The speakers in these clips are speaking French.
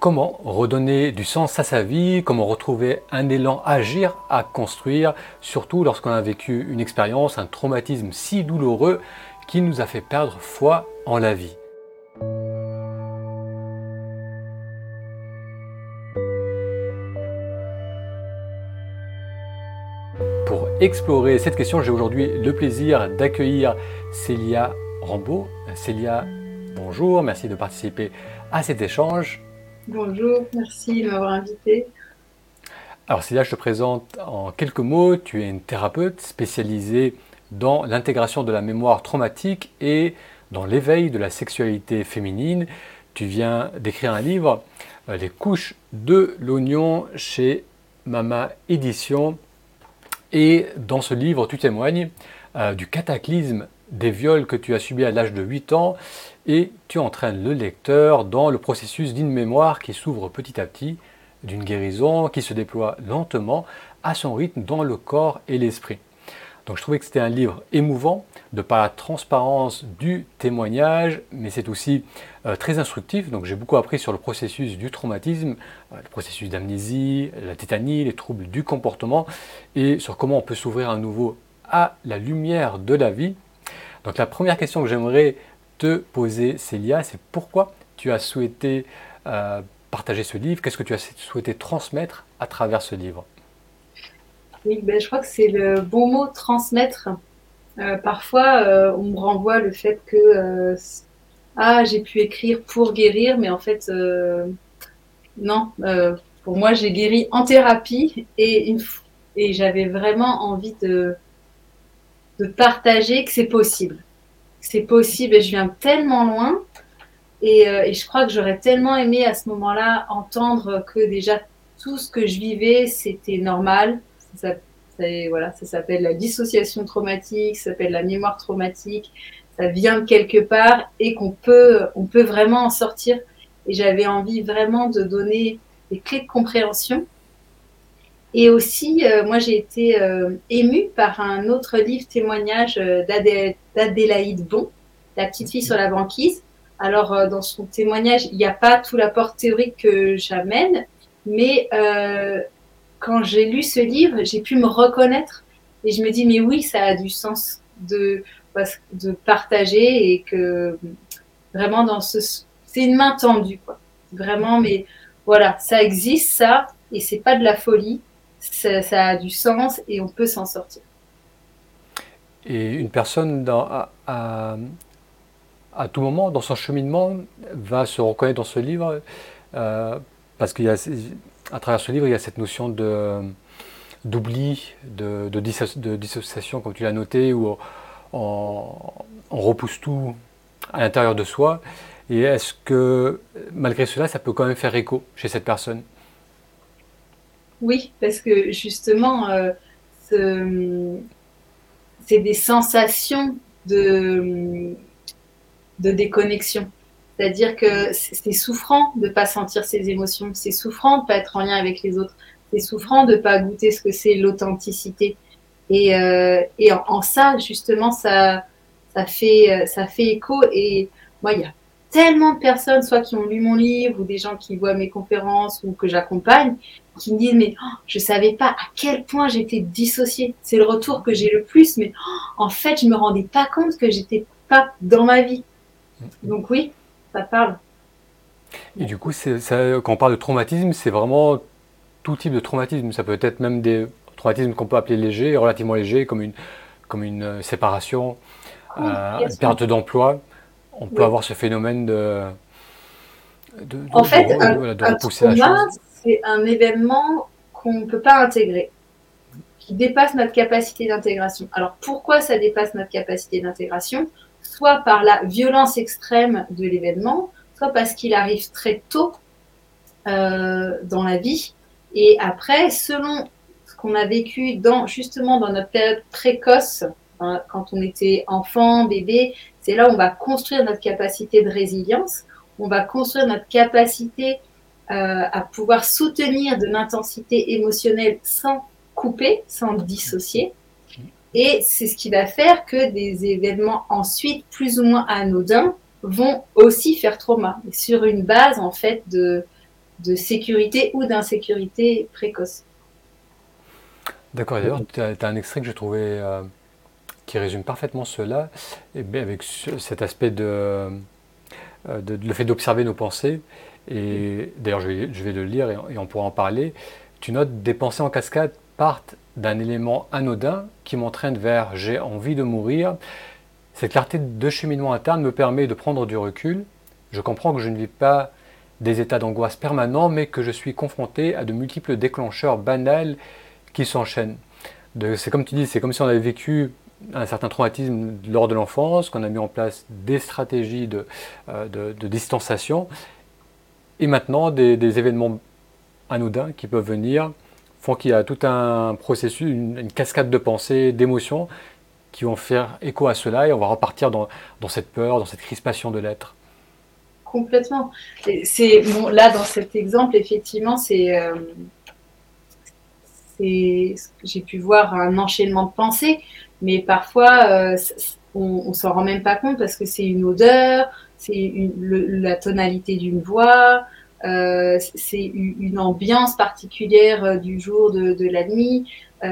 Comment redonner du sens à sa vie? Comment retrouver un élan à agir, à construire, surtout lorsqu'on a vécu une expérience, un traumatisme si douloureux qui nous a fait perdre foi en la vie? Pour explorer cette question, j'ai aujourd'hui le plaisir d'accueillir Célia Rambaud. Célia, bonjour, merci de participer à cet échange. Bonjour, merci de m'avoir invité. Alors Célia, je te présente en quelques mots. Tu es une thérapeute spécialisée dans l'intégration de la mémoire traumatique et dans l'éveil de la sexualité féminine. Tu viens d'écrire un livre, Les couches de l'oignon, chez Mama Édition. Et dans ce livre, tu témoignes du cataclysme des viols que tu as subis à l'âge de 8 ans et tu entraînes le lecteur dans le processus d'une mémoire qui s'ouvre petit à petit, d'une guérison qui se déploie lentement à son rythme dans le corps et l'esprit. Donc je trouvais que c'était un livre émouvant de par la transparence du témoignage, mais c'est aussi très instructif. Donc j'ai beaucoup appris sur le processus du traumatisme, le processus d'amnésie, la tétanie, les troubles du comportement, et sur comment on peut s'ouvrir à nouveau à la lumière de la vie. Donc la première question que j'aimerais te poser, Célia, c'est pourquoi tu as souhaité partager ce livre? Qu'est-ce que tu as souhaité transmettre à travers ce livre? Oui, je crois que c'est le bon mot, transmettre. Parfois, on me renvoie le fait que j'ai pu écrire pour guérir, mais en fait, non. Pour moi, j'ai guéri en thérapie et j'avais vraiment envie de partager que c'est possible. C'est possible et je viens tellement loin. Et je crois que j'aurais tellement aimé à ce moment-là entendre que déjà tout ce que je vivais, c'était normal. Ça, ça s'appelle la dissociation traumatique, ça s'appelle la mémoire traumatique. Ça vient de quelque part et on peut vraiment en sortir. Et j'avais envie vraiment de donner des clés de compréhension. Et aussi, moi, j'ai été émue par un autre livre témoignage d'Adélaïde Bon, La petite fille sur la banquise. Alors, dans son témoignage, il n'y a pas tout l'apport théorique que j'amène, mais quand j'ai lu ce livre, j'ai pu me reconnaître et je me dis, mais oui, ça a du sens de partager et que vraiment c'est une main tendue, quoi. Vraiment, mais voilà, ça existe, ça, et c'est pas de la folie, ça a du sens et on peut s'en sortir. Et une personne à tout moment, dans son cheminement, va se reconnaître dans ce livre, parce qu'il y a, à travers ce livre, il y a cette notion d'oubli, de dissociation, comme tu l'as noté, où on repousse tout à l'intérieur de soi. Et est-ce que, malgré cela, ça peut quand même faire écho chez cette personne? Oui, parce que justement, ce- c'est des sensations de déconnexion. C'est-à-dire que c'est souffrant de ne pas sentir ses émotions, c'est souffrant de ne pas être en lien avec les autres, c'est souffrant de ne pas goûter ce que c'est l'authenticité. Et en ça, justement, ça fait écho. Et moi, il y a tellement de personnes, soit qui ont lu mon livre, ou des gens qui voient mes conférences, ou que j'accompagne, qui me disent, mais je ne savais pas à quel point j'étais dissociée. C'est le retour que j'ai le plus, mais en fait, je ne me rendais pas compte que j'étais pas dans ma vie. Donc oui, ça parle. Et du coup, quand on parle de traumatisme, c'est vraiment tout type de traumatisme. Ça peut être même des traumatismes qu'on peut appeler légers, relativement légers, comme une séparation, une Complètement. perte d'emploi. On peut Oui. avoir ce phénomène En fait, voilà, de un repousser la trauma, chose. c'est un événement qu'on ne peut pas intégrer, qui dépasse notre capacité d'intégration. Alors pourquoi ça dépasse notre capacité d'intégration? Soit par la violence extrême de l'événement, soit parce qu'il arrive très tôt dans la vie. Et après, selon ce qu'on a vécu justement dans notre période précoce, hein, quand on était enfant, bébé, c'est là où on va construire notre capacité de résilience, on va construire notre capacité à pouvoir soutenir de l'intensité émotionnelle sans couper, sans dissocier. Et c'est ce qui va faire que des événements ensuite plus ou moins anodins vont aussi faire trauma, sur une base en fait de sécurité ou d'insécurité précoce. D'accord, d'ailleurs, tu as un extrait que j'ai trouvé qui résume parfaitement cela, et bien avec cet aspect le fait d'observer nos pensées. Et d'ailleurs, je vais le lire et on pourra en parler. Tu notes: des pensées en cascade partent d'un élément anodin qui m'entraîne vers j'ai envie de mourir. Cette clarté de cheminement interne me permet de prendre du recul. Je comprends que je ne vis pas des états d'angoisse permanents, mais que je suis confronté à de multiples déclencheurs banals qui s'enchaînent. C'est comme tu dis, c'est comme si on avait vécu un certain traumatisme lors de l'enfance, qu'on a mis en place des stratégies de distanciation, et maintenant des événements anodins qui peuvent venir font qu'il y a tout un processus, une cascade de pensées, d'émotions qui vont faire écho à cela, et on va repartir dans cette peur, dans cette crispation de l'être. Complètement. Bon, là, dans cet exemple, effectivement, j'ai pu voir un enchaînement de pensées, mais parfois, on ne s'en rend même pas compte parce que c'est une odeur, la tonalité d'une voix, c'est une ambiance particulière du jour, de la nuit.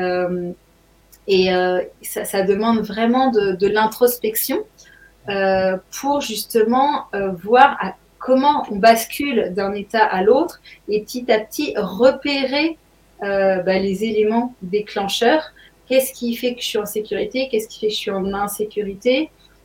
Ça demande vraiment de l'introspection pour justement voir comment on bascule d'un état à l'autre et petit à petit repérer les éléments déclencheurs. Qu'est-ce qui fait que je suis en sécurité? Qu'est-ce qui fait que je suis en insécurité?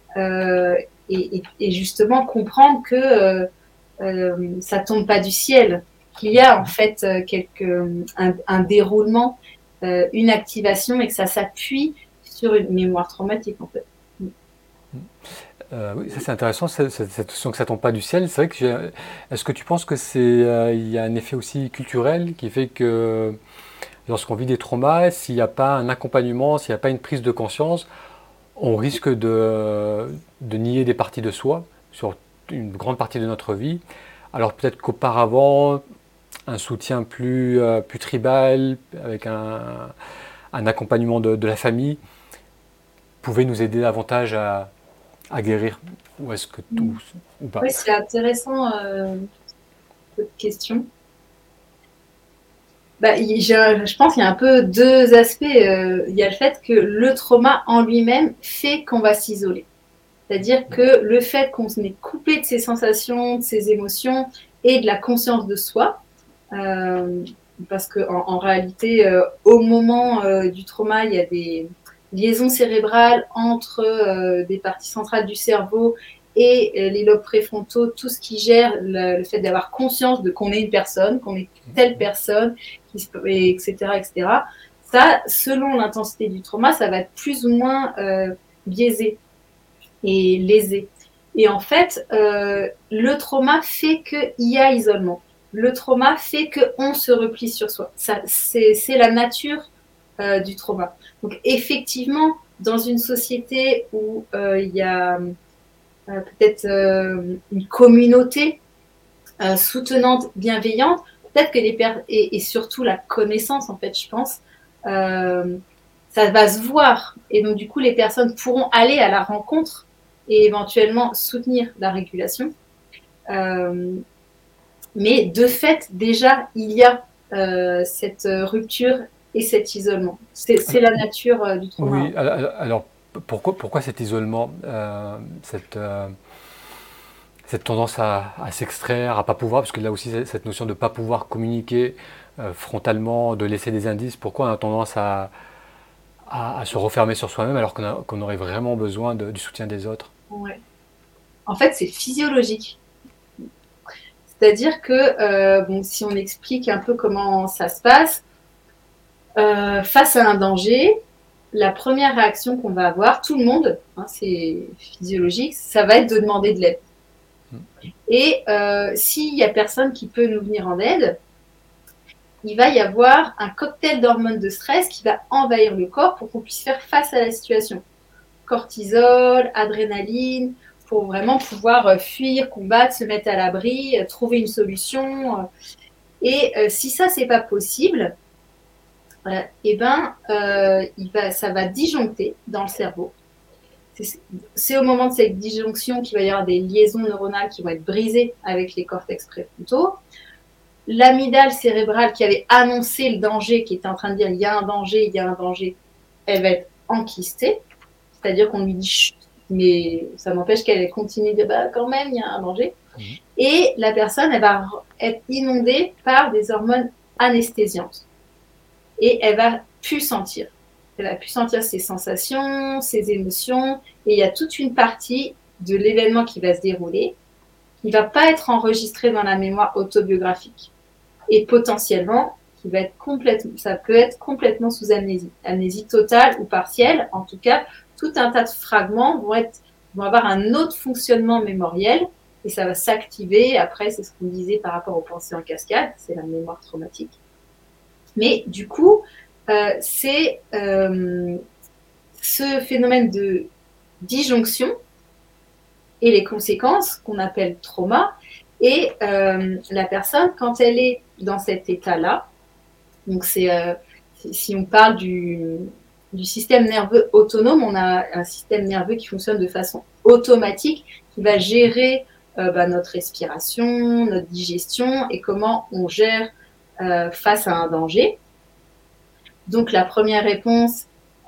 Et justement comprendre que ça tombe pas du ciel, qu'il y a en fait un déroulement, une activation et que ça s'appuie sur une mémoire traumatique en fait. Oui, ça c'est intéressant, cette notion que ça tombe pas du ciel. C'est vrai que est-ce que tu penses que il y a un effet aussi culturel qui fait que lorsqu'on vit des traumas, s'il n'y a pas un accompagnement, s'il n'y a pas une prise de conscience, on risque de nier des parties de soi sur une grande partie de notre vie. Alors peut-être qu'auparavant, un soutien plus tribal, avec un accompagnement de la famille, pouvait nous aider davantage à guérir. Ou est-ce que tout, ou pas? Oui, c'est intéressant cette question. Je pense qu'il y a un peu deux aspects. Il y a le fait que le trauma en lui-même fait qu'on va s'isoler. C'est-à-dire que le fait qu'on se est coupé de ses sensations, de ses émotions et de la conscience de soi, euh, parce qu'en réalité, au moment du trauma, il y a des liaisons cérébrales entre des parties centrales du cerveau et les lobes préfrontaux, tout ce qui gère le fait d'avoir conscience de qu'on est une personne, qu'on est telle personne, etc., etc. Ça, selon l'intensité du trauma, ça va être plus ou moins biaisé et lésé. Et en fait, le trauma fait qu'il y a isolement. Le trauma fait qu'on se replie sur soi. C'est la nature du trauma. Donc effectivement, dans une société où il y a peut-être une communauté soutenante, bienveillante, peut-être que et surtout la connaissance, en fait, je pense, ça va se voir. Et donc, du coup, les personnes pourront aller à la rencontre et éventuellement soutenir la régulation. Mais de fait, déjà, il y a cette rupture et cet isolement. C'est la nature du trauma. Oui, alors pourquoi cet isolement, cette tendance à s'extraire, à pas pouvoir, parce que là aussi cette notion de pas pouvoir communiquer frontalement, de laisser des indices, pourquoi on a tendance à se refermer sur soi-même alors qu'on aurait vraiment besoin du soutien des autres? Ouais. En fait, c'est physiologique. C'est-à-dire que, bon, si on explique un peu comment ça se passe, face à un danger, la première réaction qu'on va avoir, tout le monde, hein, c'est physiologique, ça va être de demander de l'aide. Et s'il n'y a personne qui peut nous venir en aide, il va y avoir un cocktail d'hormones de stress qui va envahir le corps pour qu'on puisse faire face à la situation. Cortisol, adrénaline, pour vraiment pouvoir fuir, combattre, se mettre à l'abri, trouver une solution. Et si ça, c'est pas possible, et ben, ça va disjoncter dans le cerveau. C'est au moment de cette disjonction qu'il va y avoir des liaisons neuronales qui vont être brisées avec les cortex préfrontaux. l'amygdale cérébrale qui avait annoncé le danger, qui était en train de dire il y a un danger, il y a un danger, elle va être enquistée, c'est-à-dire qu'on lui dit chut, mais ça n'empêche qu'elle continue de dire bah, quand même il y a un danger. Et la personne, elle va être inondée par des hormones anesthésiantes. Et elle va plus sentir. Elle va plus sentir ses sensations, ses émotions. Et il y a toute une partie de l'événement qui va se dérouler qui ne va pas être enregistrée dans la mémoire autobiographique. Et potentiellement, qui va être ça peut être complètement sous amnésie. Amnésie totale ou partielle. En tout cas, tout un tas de fragments vont avoir un autre fonctionnement mémoriel et ça va s'activer. Après, c'est ce qu'on disait par rapport aux pensées en cascade, c'est la mémoire traumatique. Mais du coup, c'est ce phénomène de disjonction et les conséquences qu'on appelle trauma. Et la personne, quand elle est dans cet état-là, donc si on parle du système nerveux autonome, on a un système nerveux qui fonctionne de façon automatique, qui va gérer notre respiration, notre digestion et comment on gère face à un danger. Donc la première réponse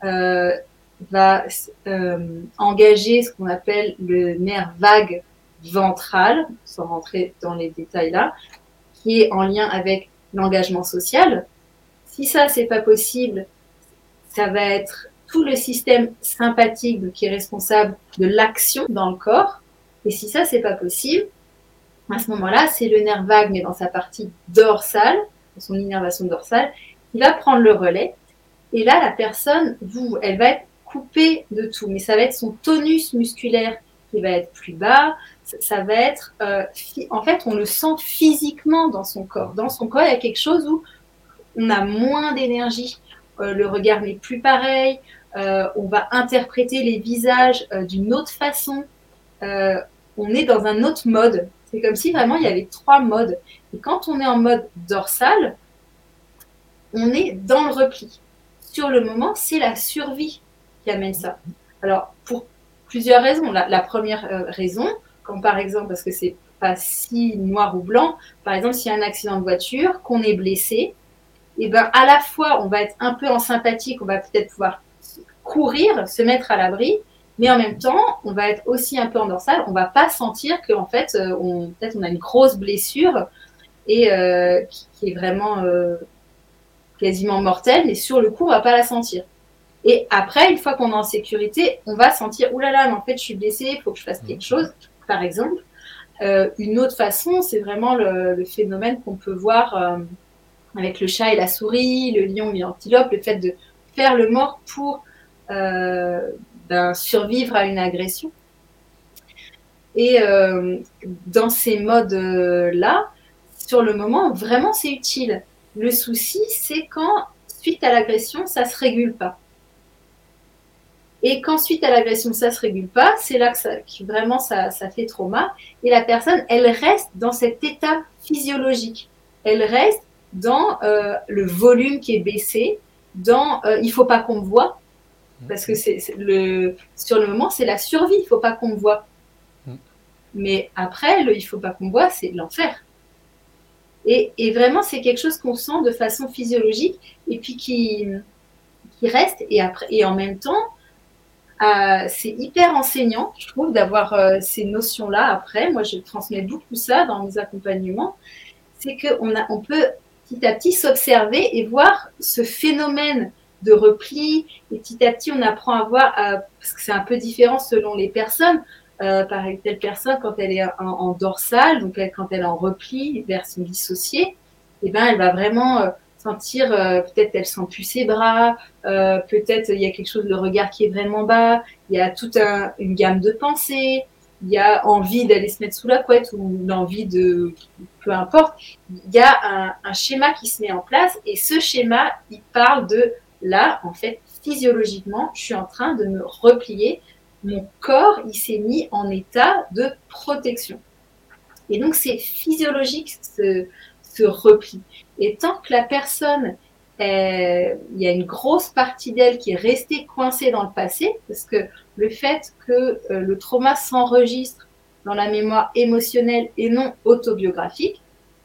va engager ce qu'on appelle le nerf vague ventral, sans rentrer dans les détails là, qui est en lien avec l'engagement social. Si ça, c'est pas possible, ça va être tout le système sympathique qui est responsable de l'action dans le corps. Et si ça, c'est pas possible, à ce moment-là, c'est le nerf vague, mais dans sa partie dorsale, son innervation dorsale, qui va prendre le relais. Et là, la personne, elle va être coupée de tout, mais ça va être son tonus musculaire qui va être plus bas. Ça va être, en fait, on le sent physiquement dans son corps. Dans son corps, il y a quelque chose où on a moins d'énergie. Le regard n'est plus pareil. On va interpréter les visages d'une autre façon. On est dans un autre mode. C'est comme si vraiment il y avait 3 modes. Et quand on est en mode dorsal, on est dans le repli. Sur le moment, c'est la survie qui amène ça. Alors, pour plusieurs raisons. La première raison, quand par exemple, parce que c'est pas si noir ou blanc, par exemple, s'il y a un accident de voiture, qu'on est blessé, et ben à la fois, on va être un peu en sympathie, on va peut-être pouvoir courir, se mettre à l'abri, mais en même temps, on va être aussi un peu en dorsal, on va pas sentir qu'en fait, peut-être on a une grosse blessure et qui est vraiment quasiment mortelle, mais sur le coup, on va pas la sentir. Et après, une fois qu'on est en sécurité, on va sentir, oulala, mais en fait, je suis blessée, il faut que je fasse quelque chose, par exemple. Une autre façon, c'est vraiment le phénomène qu'on peut voir avec le chat et la souris, le lion et l'antilope, le fait de faire le mort pour survivre à une agression. Et dans ces modes-là, sur le moment, vraiment, c'est utile. Le souci, c'est quand, suite à l'agression, ça ne se régule pas. Et quand, suite à l'agression, ça ne se régule pas, c'est là que vraiment ça fait trauma. Et la personne, elle reste dans cet état physiologique. Elle reste dans le volume qui est baissé, dans il ne faut pas qu'on me voie, parce que sur le moment, c'est la survie, il ne faut pas qu'on me voie. Mais après, il ne faut pas qu'on me voie, c'est l'enfer. Et vraiment, c'est quelque chose qu'on sent de façon physiologique et puis qui reste. Et en même temps, c'est hyper enseignant, je trouve, d'avoir ces notions-là après. Moi, je transmets beaucoup ça dans mes accompagnements. C'est qu'on peut petit à petit s'observer et voir ce phénomène de repli. Et petit à petit, on apprend à voir, parce que c'est un peu différent selon les personnes. Par exemple, telle personne, quand elle est en dorsale, donc quand elle est en repli vers son dissocié, eh ben, elle va vraiment sentir, peut-être elle sent plus ses bras, peut-être il y a quelque chose, le regard qui est vraiment bas, il y a toute une gamme de pensées, il y a envie d'aller se mettre sous la couette ou l'envie de, peu importe, il y a un schéma qui se met en place et ce schéma, il parle de là, en fait, physiologiquement, je suis en train de me replier, mon corps, il s'est mis en état de protection. Et donc, c'est physiologique, ce repli. Et tant que la personne, il y a une grosse partie d'elle qui est restée coincée dans le passé, parce que le fait que le trauma s'enregistre dans la mémoire émotionnelle et non autobiographique,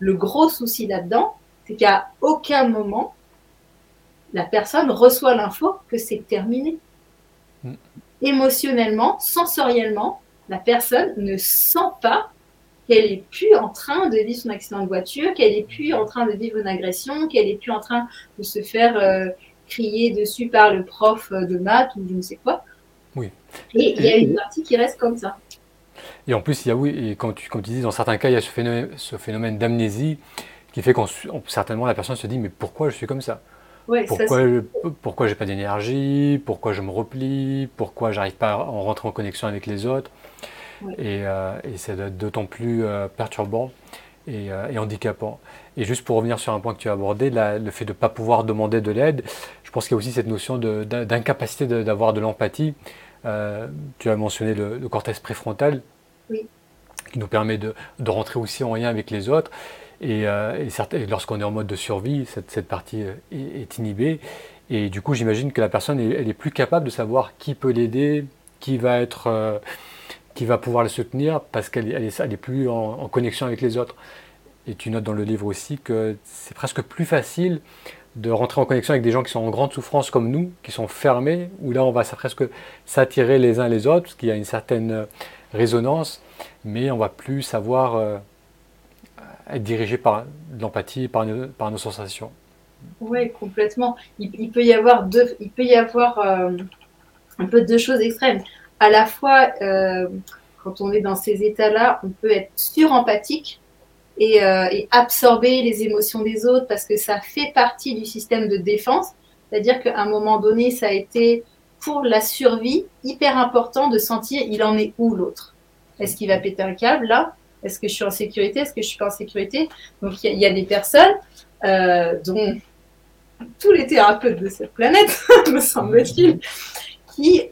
le gros souci là-dedans, c'est qu'à aucun moment, la personne reçoit l'info que c'est terminé. Émotionnellement, sensoriellement, la personne ne sent pas qu'elle est plus en train de vivre son accident de voiture, qu'elle est plus en train de vivre une agression, qu'elle est plus en train de se faire crier dessus par le prof de maths ou je ne sais quoi. Oui. Et il y a une partie qui reste comme ça. Et en plus, il y a, oui, et comme tu dis, dans certains cas, il y a ce phénomène d'amnésie qui fait certainement la personne se dit, mais pourquoi je suis comme ça? Ouais, ça, Pourquoi, pourquoi j'ai pas d'énergie? Pourquoi je me replie? Pourquoi j'arrive pas à rentrer en connexion avec les autres? ouais. Et c'est d'autant plus perturbant et handicapant. Et juste pour revenir sur un point que tu as abordé, le fait de ne pas pouvoir demander de l'aide, je pense qu'il y a aussi cette notion d'incapacité d'avoir de l'empathie. Tu as mentionné le cortex préfrontal, Oui. qui nous permet de rentrer aussi en lien avec les autres. Et lorsqu'on est en mode de survie, cette partie est inhibée. Et du coup, j'imagine que la personne, elle est plus capable de savoir qui peut l'aider, qui va pouvoir le soutenir, parce qu'elle est plus en connexion avec les autres. Et tu notes dans le livre aussi que c'est presque plus facile de rentrer en connexion avec des gens qui sont en grande souffrance comme nous, qui sont fermés, où là on va presque s'attirer les uns les autres, parce qu'il y a une certaine résonance, mais on va plus savoir être dirigé par l'empathie, par nos sensations. Oui, complètement. Il peut y avoir un peu deux choses extrêmes. À la fois, quand on est dans ces états-là, on peut être surempathique et absorber les émotions des autres parce que ça fait partie du système de défense. C'est-à-dire qu'à un moment donné, ça a été pour la survie hyper important de sentir il en est où l'autre. Est-ce qu'il va péter un câble là? Est-ce que je suis en sécurité? Est-ce que je suis pas en sécurité? Donc il y a des personnes dont tous les thérapeutes de cette planète, me semble-t-il, qui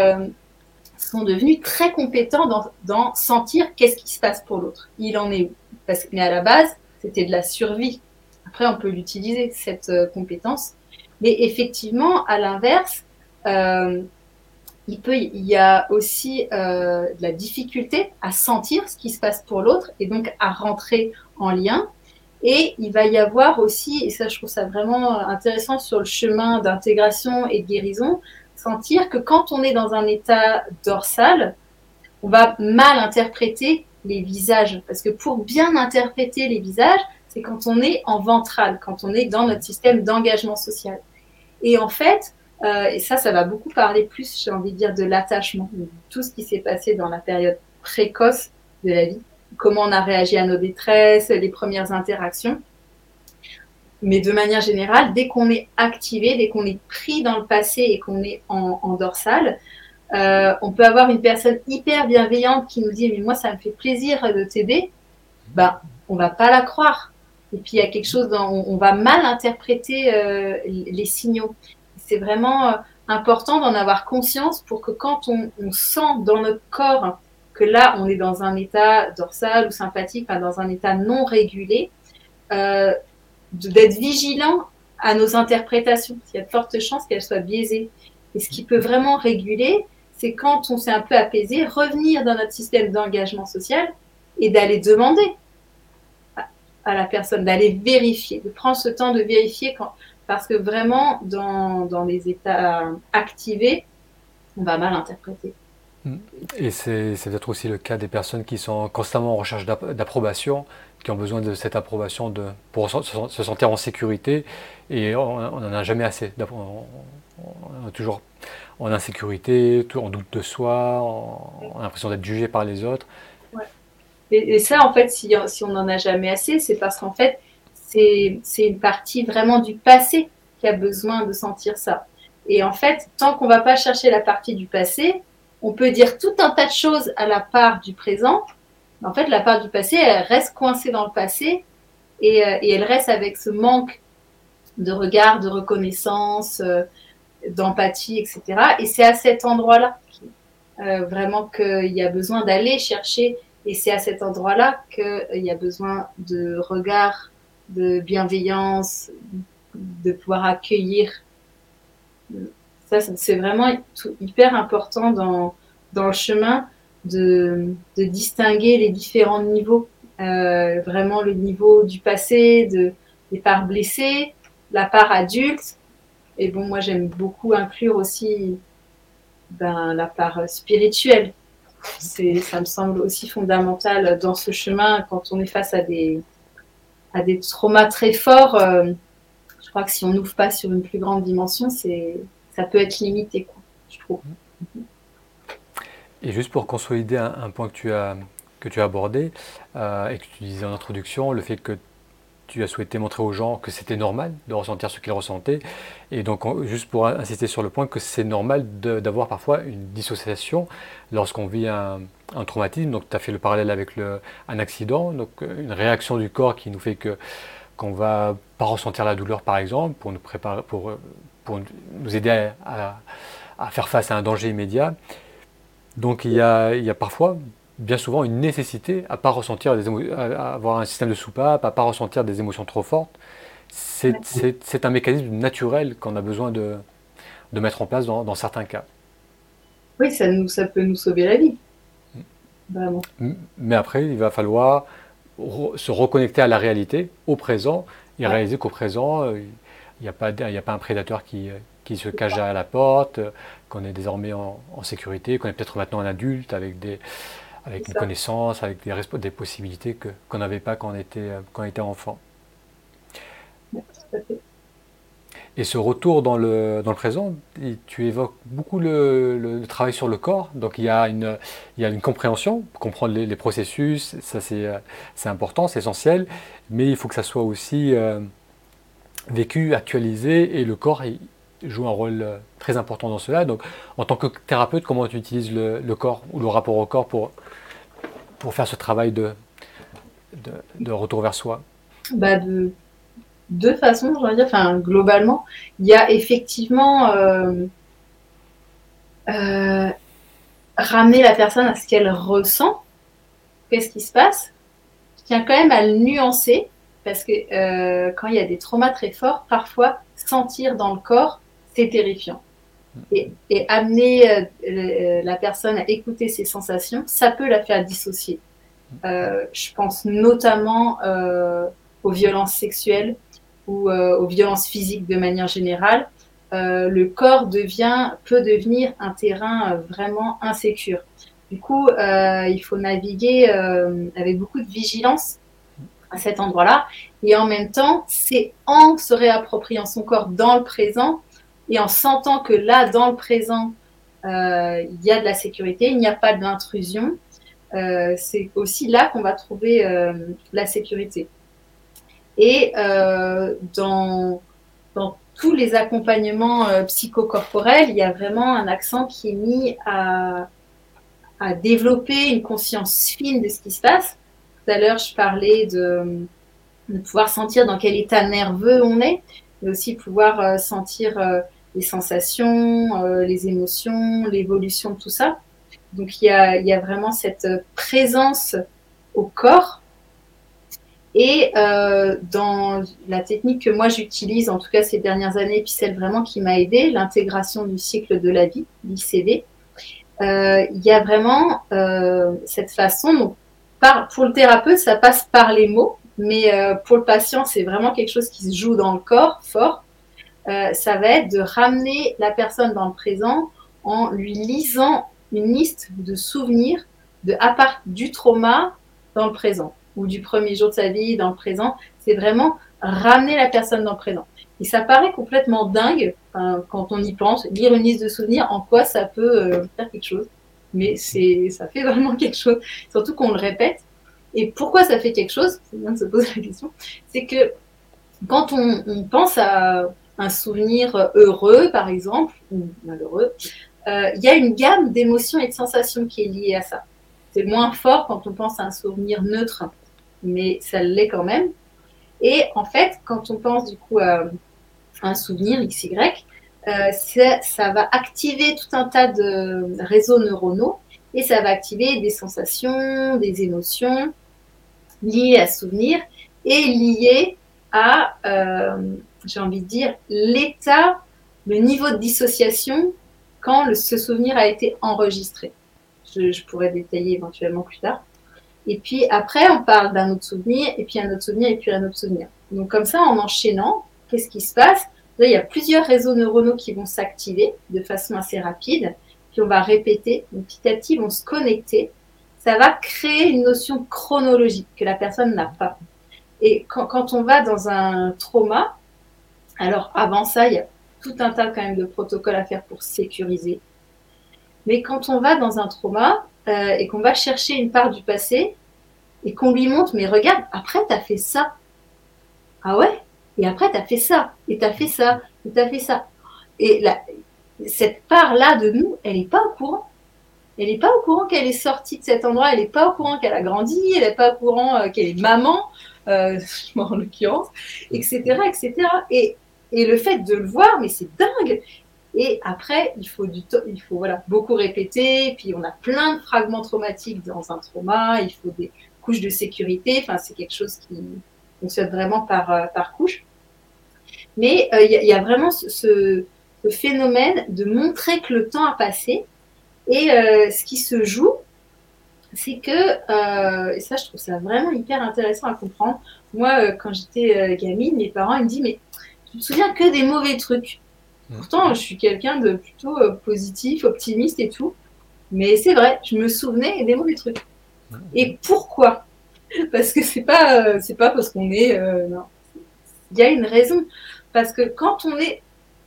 sont devenus très compétents dans sentir qu'est-ce qui se passe pour l'autre. Il en est où? Mais à la base, c'était de la survie. Après, on peut l'utiliser, cette compétence. Mais effectivement, à l'inverse, euh, il y a aussi de la difficulté à sentir ce qui se passe pour l'autre et donc à rentrer en lien. Et il va y avoir aussi, et ça je trouve ça vraiment intéressant sur le chemin d'intégration et de guérison, sentir que quand on est dans un état dorsal, on va mal interpréter les visages. Parce que pour bien interpréter les visages, c'est quand on est en ventral, quand on est dans notre système d'engagement social. Et en fait, et ça va beaucoup parler plus, j'ai envie de dire, de l'attachement, de tout ce qui s'est passé dans la période précoce de la vie, comment on a réagi à nos détresses, les premières interactions. Mais de manière générale, dès qu'on est activé, dès qu'on est pris dans le passé et qu'on est en dorsale, on peut avoir une personne hyper bienveillante qui nous dit mais moi ça me fait plaisir de t'aider, ben on va pas la croire. Et puis il y a quelque chose on va mal interpréter les signaux. C'est vraiment important d'en avoir conscience pour que quand on sent dans notre corps que là on est dans un état dorsal ou sympathique, enfin, dans un état non régulé, d'être vigilant à nos interprétations. Il y a de fortes chances qu'elles soient biaisées. Et ce qui peut vraiment réguler, c'est quand on s'est un peu apaisé, revenir dans notre système d'engagement social et d'aller demander à la personne, d'aller vérifier, de prendre ce temps de vérifier parce que vraiment, dans les états activés, on va mal interpréter. Et c'est peut-être aussi le cas des personnes qui sont constamment en recherche d'approbation, qui ont besoin de cette approbation pour se sentir en sécurité. Et on n'en a jamais assez. On est toujours en insécurité, en doute de soi, on a l'impression d'être jugé par les autres. Ouais. Et ça, en fait, si on n'en a jamais assez, c'est parce qu'en fait, c'est une partie vraiment du passé qui a besoin de sentir ça. Et en fait, tant qu'on ne va pas chercher la partie du passé, on peut dire tout un tas de choses à la part du présent. Mais en fait, la part du passé, elle reste coincée dans le passé et elle reste avec ce manque de regard, de reconnaissance, d'empathie, etc. Et c'est à cet endroit-là vraiment qu'il y a besoin d'aller chercher. Et c'est à cet endroit-là qu'il y a besoin de regard, de bienveillance, de pouvoir accueillir. Ça, c'est vraiment hyper important dans le chemin de distinguer les différents niveaux vraiment le niveau du passé, des parts blessées, la part adulte. Et bon, moi, j'aime beaucoup inclure aussi la part spirituelle. Ça me semble aussi fondamental dans ce chemin quand on est face à des traumas très forts. Je crois que si on n'ouvre pas sur une plus grande dimension, ça peut être limité, quoi, je trouve. Et juste pour consolider un point que tu as abordé et que tu disais en introduction, le fait que tu as souhaité montrer aux gens que c'était normal de ressentir ce qu'ils ressentaient. Et donc, juste pour insister sur le point que c'est normal d'avoir parfois une dissociation lorsqu'on vit un traumatisme. Donc, tu as fait le parallèle avec un accident, donc une réaction du corps qui nous fait qu'on va pas ressentir la douleur, par exemple, pour nous préparer, pour nous aider à faire face à un danger immédiat. Donc, il y a parfois bien souvent une nécessité à pas ressentir à avoir un système de soupape, à pas ressentir des émotions trop fortes. C'est un mécanisme naturel qu'on a besoin de mettre en place dans certains cas. Oui, ça peut nous sauver la vie, vraiment. Mais après, il va falloir se reconnecter à la réalité, au présent, et Ouais, réaliser qu'au présent, il y a pas un prédateur qui se cache à la porte, qu'on est désormais en sécurité, qu'on est peut-être maintenant un adulte c'est avec une ça. connaissance, avec des possibilités qu'on n'avait pas quand on était enfant. Ouais, tout à fait. Et ce retour dans le présent, tu évoques beaucoup le travail sur le corps, donc il y a une compréhension, comprendre les processus, ça c'est important, c'est essentiel, mais il faut que ça soit aussi vécu, actualisé, et le corps joue un rôle très important dans cela. Donc en tant que thérapeute, comment tu utilises le corps ou le rapport au corps pour faire ce travail de retour vers soi? De deux façons, je vais dire. Enfin, globalement, il y a effectivement euh, ramener la personne à ce qu'elle ressent, qu'est-ce qui se passe. Je tiens quand même à le nuancer parce que quand il y a des traumas très forts, parfois sentir dans le corps, c'est terrifiant. Et amener la personne à écouter ses sensations, ça peut la faire dissocier. Je pense notamment aux violences sexuelles ou aux violences physiques de manière générale. Le corps peut devenir un terrain vraiment insécure. Du coup, il faut naviguer avec beaucoup de vigilance à cet endroit-là. Et en même temps, c'est en se réappropriant son corps dans le présent et en sentant que là, dans le présent, il y a de la sécurité, il n'y a pas d'intrusion. C'est aussi là qu'on va trouver la sécurité. Et dans tous les accompagnements psychocorporels, il y a vraiment un accent qui est mis à développer une conscience fine de ce qui se passe. Tout à l'heure, je parlais de pouvoir sentir dans quel état nerveux on est, mais aussi pouvoir sentir les sensations, les émotions, l'évolution de tout ça. Donc il y a vraiment cette présence au corps. Et dans la technique que moi j'utilise, en tout cas ces dernières années, puis celle vraiment qui m'a aidée, l'intégration du cycle de la vie, l'ICV, il y a vraiment cette façon. Donc, pour le thérapeute, ça passe par les mots, mais pour le patient, c'est vraiment quelque chose qui se joue dans le corps fort. Ça va être de ramener la personne dans le présent en lui lisant une liste de souvenirs à part du trauma dans le présent ou du premier jour de sa vie dans le présent. C'est vraiment ramener la personne dans le présent. Et ça paraît complètement dingue quand on y pense, lire une liste de souvenirs, en quoi ça peut faire quelque chose. Mais ça fait vraiment quelque chose, surtout qu'on le répète. Et pourquoi ça fait quelque chose, c'est bien de se poser la question, c'est que quand on pense à un souvenir heureux, par exemple, ou malheureux, il y a une gamme d'émotions et de sensations qui est liée à ça. C'est moins fort quand on pense à un souvenir neutre, mais ça l'est quand même. Et en fait, quand on pense du coup à un souvenir XY, ça va activer tout un tas de réseaux neuronaux et ça va activer des sensations, des émotions liées à ce souvenir et liées à, j'ai envie de dire, l'état, le niveau de dissociation quand ce souvenir a été enregistré. Je pourrais détailler éventuellement plus tard. Et puis après, on parle d'un autre souvenir, et puis un autre souvenir, et puis un autre souvenir. Donc comme ça, en enchaînant, qu'est-ce qui se passe? Là, il y a plusieurs réseaux neuronaux qui vont s'activer de façon assez rapide, puis on va répéter, donc petit à petit, ils vont se connecter. Ça va créer une notion chronologique que la personne n'a pas. Et quand on va dans un trauma, alors avant ça, il y a tout un tas quand même de protocoles à faire pour sécuriser. Mais quand on va dans un trauma et qu'on va chercher une part du passé et qu'on lui montre, mais regarde, après, tu as fait ça. Ah ouais? Et après, tu as fait ça. Et tu as fait ça. Et tu as fait ça. Et cette part-là de nous, elle n'est pas au courant. Elle n'est pas au courant qu'elle est sortie de cet endroit. Elle n'est pas au courant qu'elle a grandi. Elle n'est pas au courant qu'elle est maman, en l'occurrence, etc., etc. Et le fait de le voir, mais c'est dingue. Et après, il faut voilà, beaucoup répéter. Puis on a plein de fragments traumatiques dans un trauma. Il faut des couches de sécurité. Enfin, c'est quelque chose qui fonctionne vraiment par couche. Mais y a vraiment ce phénomène de montrer que le temps a passé. Et ce qui se joue, c'est que, et ça, je trouve ça vraiment hyper intéressant à comprendre. Moi, quand j'étais gamine, mes parents ils me disent, mais tu te souviens que des mauvais trucs. Pourtant, je suis quelqu'un de plutôt positif, optimiste et tout. Mais c'est vrai, je me souvenais des mauvais trucs. Et pourquoi? Parce que c'est pas parce qu'on est... non. Il y a une raison. Parce que quand on est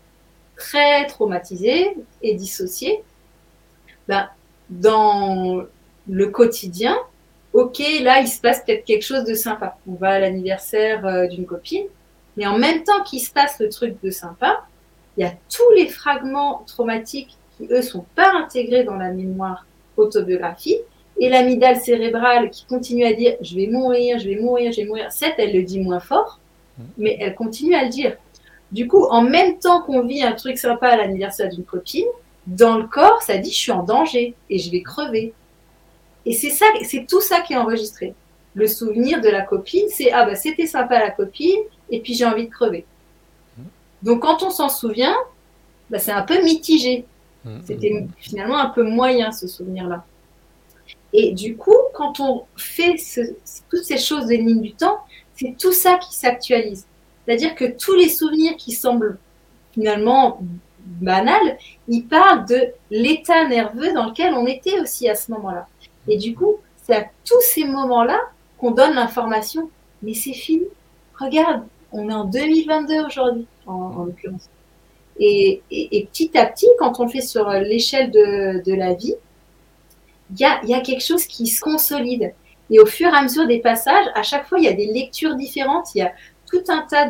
très traumatisé et dissocié, ben, dans le quotidien, ok, là, il se passe peut-être quelque chose de sympa. On va à l'anniversaire d'une copine, mais en même temps qu'il se passe le truc de sympa, il y a tous les fragments traumatiques qui, eux, sont pas intégrés dans la mémoire autobiographique, et l'amygdale cérébrale qui continue à dire « je vais mourir, je vais mourir, je vais mourir ». Certes, elle le dit moins fort, mais elle continue à le dire. Du coup, en même temps qu'on vit un truc sympa à l'anniversaire d'une copine, dans le corps, ça dit « je suis en danger et je vais crever ». Et c'est tout ça qui est enregistré. Le souvenir de la copine, c'est « ah bah c'était sympa la copine et puis j'ai envie de crever ». Donc quand on s'en souvient, bah, c'est un peu mitigé. C'était finalement un peu moyen ce souvenir-là. Et du coup, quand on fait toutes ces choses des lignes du temps, c'est tout ça qui s'actualise. C'est-à-dire que tous les souvenirs qui semblent finalement banals, ils parlent de l'état nerveux dans lequel on était aussi à ce moment-là. Et du coup, c'est à tous ces moments-là qu'on donne l'information. Mais c'est fini. Regarde, on est en 2022 aujourd'hui, en l'occurrence. Et petit à petit, quand on le fait sur l'échelle de la vie, il y a quelque chose qui se consolide. Et au fur et à mesure des passages, à chaque fois, il y a des lectures différentes. Il y a tout un tas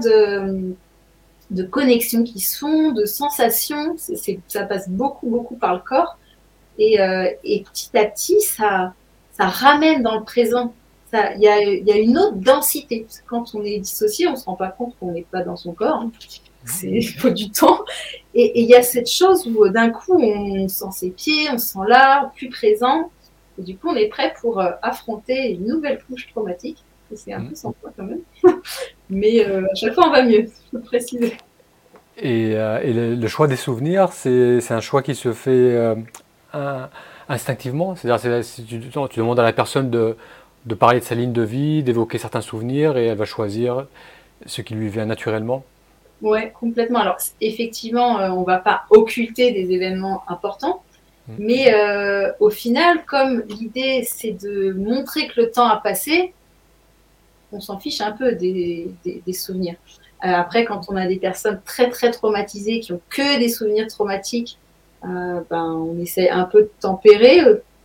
de connexions qui se font, de sensations. Ça passe beaucoup, beaucoup par le corps. Et petit à petit, ça ramène dans le présent. Il y a une autre densité. Quand on est dissocié, on ne se rend pas compte qu'on n'est pas dans son corps. Hein. Il faut du temps. Et il y a cette chose où d'un coup, on sent ses pieds, on se sent là, plus présent. Et du coup, on est prêt pour affronter une nouvelle couche traumatique. Et c'est un peu sans foi quand même. Mais à chaque fois, on va mieux, je peux préciser. Et le choix des souvenirs, c'est un choix qui se fait instinctivement. C'est-à-dire, si tu demandes à la personne de parler de sa ligne de vie, d'évoquer certains souvenirs, et elle va choisir ce qui lui vient naturellement. Ouais, complètement. Alors, effectivement, on ne va pas occulter des événements importants, mais au final, comme l'idée, c'est de montrer que le temps a passé, on s'en fiche un peu des souvenirs. Après, quand on a des personnes très, très traumatisées qui ont que des souvenirs traumatiques, on essaie un peu de tempérer.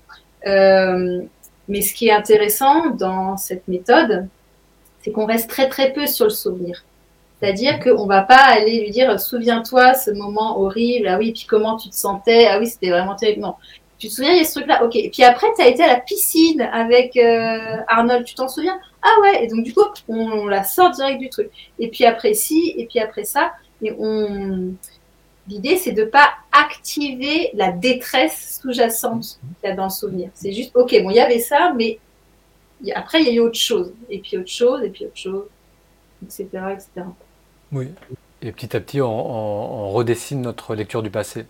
Mais ce qui est intéressant dans cette méthode, c'est qu'on reste très, très peu sur le souvenir. C'est-à-dire qu'on ne va pas aller lui dire « souviens-toi ce moment horrible, ah oui, puis comment tu te sentais, ah oui, c'était vraiment terrible ». Non, tu te souviens, il y a ce truc-là, ok. Et puis après, tu as été à la piscine avec Arnold, tu t'en souviens? Ah ouais, et donc du coup, on la sort direct du truc. Et puis après ci, et puis après ça, et l'idée, c'est de ne pas activer la détresse sous-jacente qu'il y a dans le souvenir. C'est juste, ok, bon, il y avait ça, mais après, il y a eu autre chose. Et puis autre chose, et puis autre chose, etc., etc. Oui. Et petit à petit, on redessine notre lecture du passé.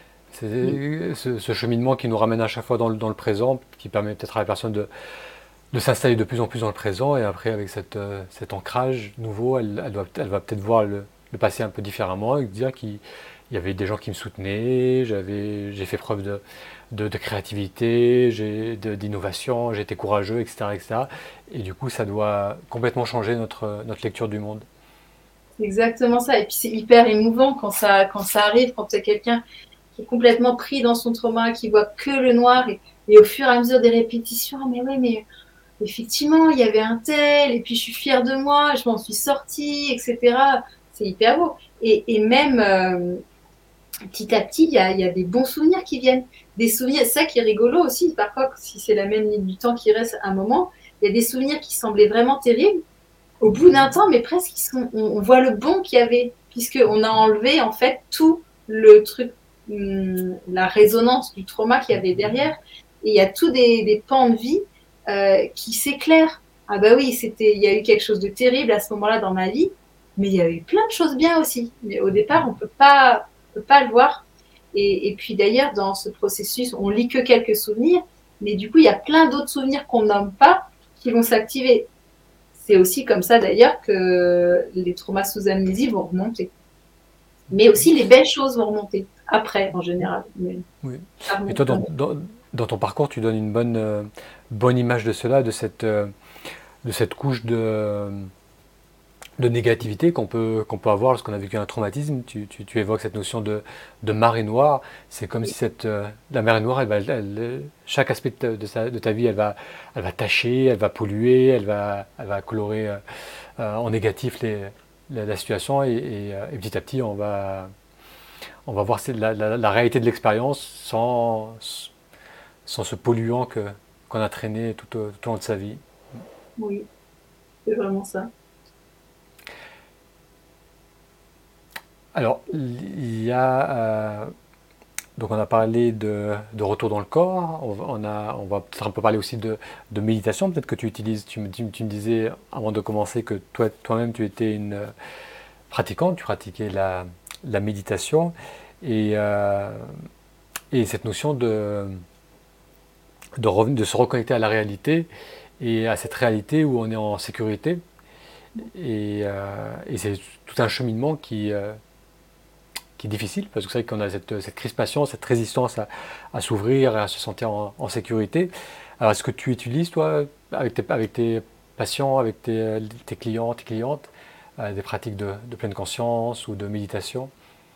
C'est ce cheminement qui nous ramène à chaque fois dans le présent, qui permet peut-être à la personne de s'installer de plus en plus dans le présent, et après avec cet ancrage nouveau, elle va peut-être voir le passé un peu différemment et dire qu'il y avait des gens qui me soutenaient, j'ai fait preuve de créativité, d'innovation, j'ai été courageux, etc., etc. Et du coup, ça doit complètement changer notre lecture du monde. C'est exactement ça. Et puis c'est hyper émouvant quand ça arrive, quand il y a quelqu'un qui est complètement pris dans son trauma, qui voit que le noir et au fur et à mesure des répétitions, ah, mais ouais, mais effectivement, il y avait un tel, et puis je suis fière de moi, je m'en suis sortie, etc. C'est hyper beau. Et même petit à petit, il y a des bons souvenirs qui viennent. Des souvenirs, c'est ça qui est rigolo aussi, parfois, si c'est la même ligne du temps qui reste un moment, il y a des souvenirs qui semblaient vraiment terribles. Au bout d'un temps, mais presque, on voit le bon qu'il y avait, puisqu'on a enlevé en fait tout le truc, la résonance du trauma qu'il y avait derrière. Et il y a tous des pans de vie qui s'éclairent. Ah bah oui, il y a eu quelque chose de terrible à ce moment-là dans ma vie, mais il y a eu plein de choses bien aussi. Mais au départ, on peut pas le voir. Et puis d'ailleurs, dans ce processus, on lit que quelques souvenirs, mais du coup, il y a plein d'autres souvenirs qu'on nomme pas qui vont s'activer. C'est aussi comme ça d'ailleurs que les traumas sous amnésie vont remonter. Mais aussi les belles choses vont remonter après, en général. Mais Oui. ça Et remonte toi, quand même. dans ton parcours, tu donnes une bonne image de cela, de cette couche de négativité qu'on peut avoir lorsqu'on a vécu un traumatisme. Tu évoques cette notion de marée noire. C'est comme si la marée noire, chaque aspect de ta vie, elle va tacher, elle va polluer, elle va colorer en négatif la situation, et petit à petit, on va voir la réalité de l'expérience sans ce polluant qu'on a traîné tout au long de sa vie. Oui, c'est vraiment ça. Alors, il y a donc on a parlé de retour dans le corps, on va peut-être un peu parler aussi de méditation, peut-être que tu utilises, tu me disais avant de commencer que toi-même tu étais une pratiquante, tu pratiquais la méditation, et, euh, et cette notion de se reconnecter à la réalité, et à cette réalité où on est en sécurité, et c'est tout un cheminement qui est difficile, parce que c'est vrai qu'on a cette crispation, cette résistance à s'ouvrir, à se sentir en sécurité. Alors, est-ce que tu utilises, toi, avec tes patients, avec tes clients, tes clientes, des pratiques de pleine conscience ou de méditation?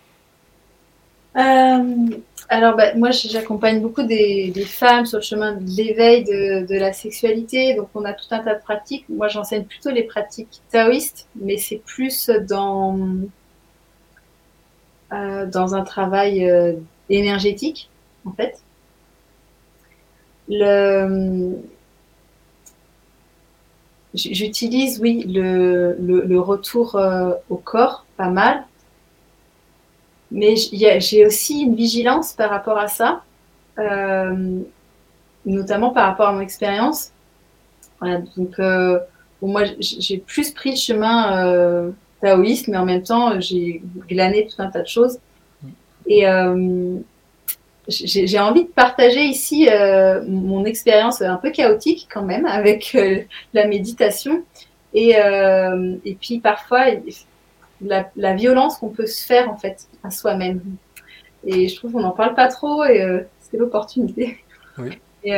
Euh, alors, bah, moi, j'accompagne beaucoup des femmes sur le chemin de l'éveil de la sexualité. Donc, on a tout un tas de pratiques. Moi, j'enseigne plutôt les pratiques taoïstes, mais c'est plus dans un travail énergétique, en fait. Le, J'utilise, oui, le retour au corps, pas mal. Mais j'ai aussi une vigilance par rapport à ça, euh, notamment par rapport à mon expérience. Voilà, donc, bon, moi, j'ai plus pris le chemin taoïste, mais en même temps, j'ai glané tout un tas de choses. Et j'ai envie de partager ici mon expérience un peu chaotique quand même avec la méditation. Et puis parfois, la violence qu'on peut se faire en fait à soi-même. Et je trouve qu'on n'en parle pas trop et c'est l'opportunité. Oui. Et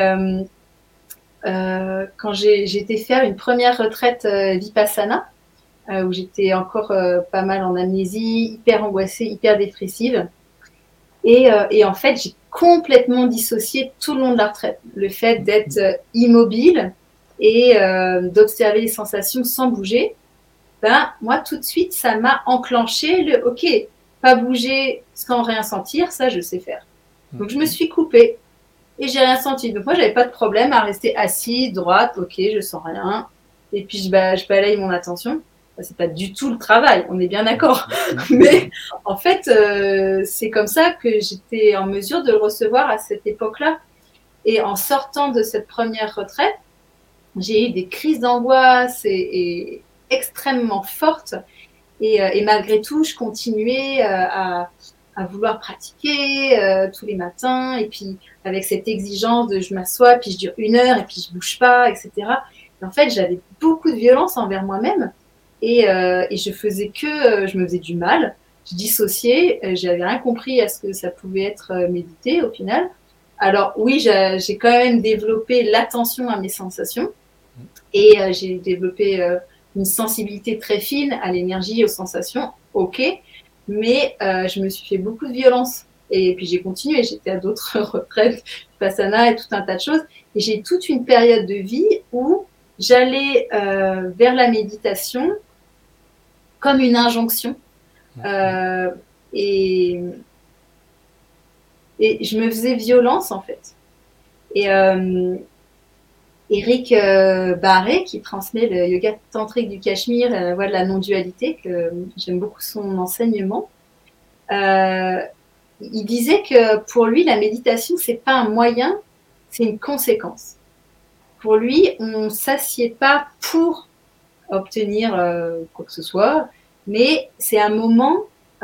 quand j'ai été faire une première retraite Vipassana, où j'étais encore pas mal en amnésie, hyper angoissée, hyper dépressive. Et en fait, j'ai complètement dissocié tout le long de la retraite. Le fait d'être immobile et d'observer les sensations sans bouger, ben, moi, tout de suite, ça m'a enclenché le OK, pas bouger sans rien sentir, ça, je sais faire. Donc, je me suis coupée et j'ai rien senti. Donc, moi, j'avais pas de problème à rester assise, droite, OK, je sens rien. Et puis, je balaye mon attention. C'est pas du tout le travail, on est bien d'accord. Mais en fait, c'est comme ça que j'étais en mesure de le recevoir à cette époque-là. Et en sortant de cette première retraite, j'ai eu des crises d'angoisse et extrêmement fortes. Et malgré tout, je continuais à vouloir pratiquer tous les matins. Et puis, avec cette exigence de je m'assois, puis je dure 1 heure, et puis je bouge pas, etc. En fait, j'avais beaucoup de violence envers moi-même et je faisais je me faisais du mal. Je dissociais, j'avais rien compris à ce que ça pouvait être méditer au final. Alors oui, j'ai quand même développé l'attention à mes sensations et j'ai développé une sensibilité très fine à l'énergie, aux sensations, ok, mais je me suis fait beaucoup de violence. Et puis j'ai continué, j'étais à d'autres retraites, Vipassana et tout un tas de choses. Et j'ai toute une période de vie où j'allais vers la méditation comme une injonction. Euh, et, et je me faisais violence en fait. Et Eric Barré, qui transmet le yoga tantrique du Cachemire, la voie de la non-dualité, que j'aime beaucoup son enseignement. Il disait que pour lui, la méditation, c'est pas un moyen, c'est une conséquence. Pour lui, on ne s'assied pas pour obtenir quoi que ce soit, mais c'est un moment,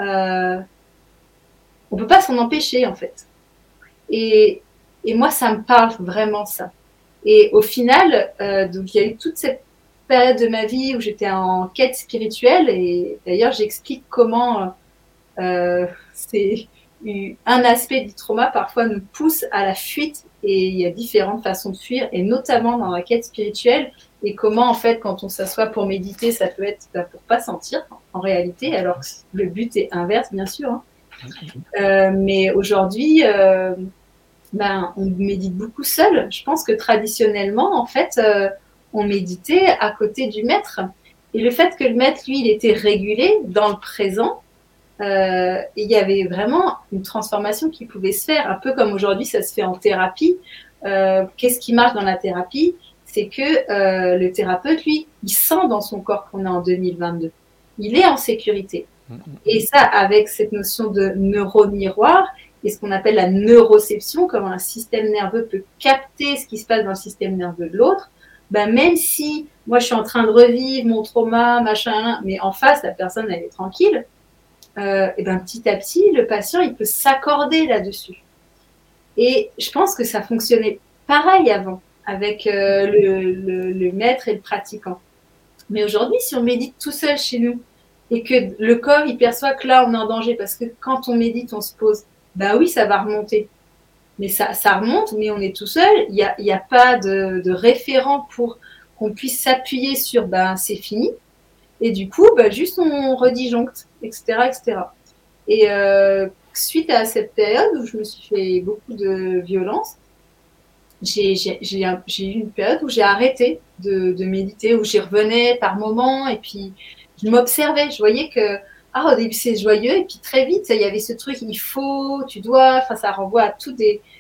on peut pas s'en empêcher en fait. Et, et moi, ça me parle vraiment ça. Et au final, donc il y a eu toute cette période de ma vie où j'étais en quête spirituelle et d'ailleurs j'explique comment c'est un aspect du trauma parfois nous pousse à la fuite et il y a différentes façons de fuir et notamment dans la quête spirituelle et comment en fait quand on s'assoit pour méditer ça peut être pour pas sentir en réalité alors que le but est inverse bien sûr hein. Mais aujourd'hui on médite beaucoup seul. Je pense que traditionnellement, en fait, on méditait à côté du maître. Et le fait que le maître, lui, il était régulé dans le présent, il y avait vraiment une transformation qui pouvait se faire, un peu comme aujourd'hui, ça se fait en thérapie. Qu'est-ce qui marche dans la thérapie? C'est que le thérapeute, lui, il sent dans son corps qu'on est en 2022. Il est en sécurité. Et ça, avec cette notion de neuromiroir, et ce qu'on appelle la neuroception, comment un système nerveux peut capter ce qui se passe dans le système nerveux de l'autre, ben même si moi je suis en train de revivre mon trauma, machin, mais en face la personne elle est tranquille, et ben petit à petit le patient il peut s'accorder là-dessus. Et je pense que ça fonctionnait pareil avant avec le maître et le pratiquant. Mais aujourd'hui, si on médite tout seul chez nous et que le corps il perçoit que là on est en danger parce que quand on médite on se pose, bah oui ça va remonter, mais ça remonte, mais on est tout seul, il y a pas de référent pour qu'on puisse s'appuyer sur c'est fini et du coup juste on redisjoncte etc. Et suite à cette période où je me suis fait beaucoup de violence, j'ai eu une période où j'ai arrêté de méditer, où j'y revenais par moments et puis je m'observais, je voyais que au début c'est joyeux et puis très vite il y avait ce truc il faut, tu dois, enfin ça renvoie à toutes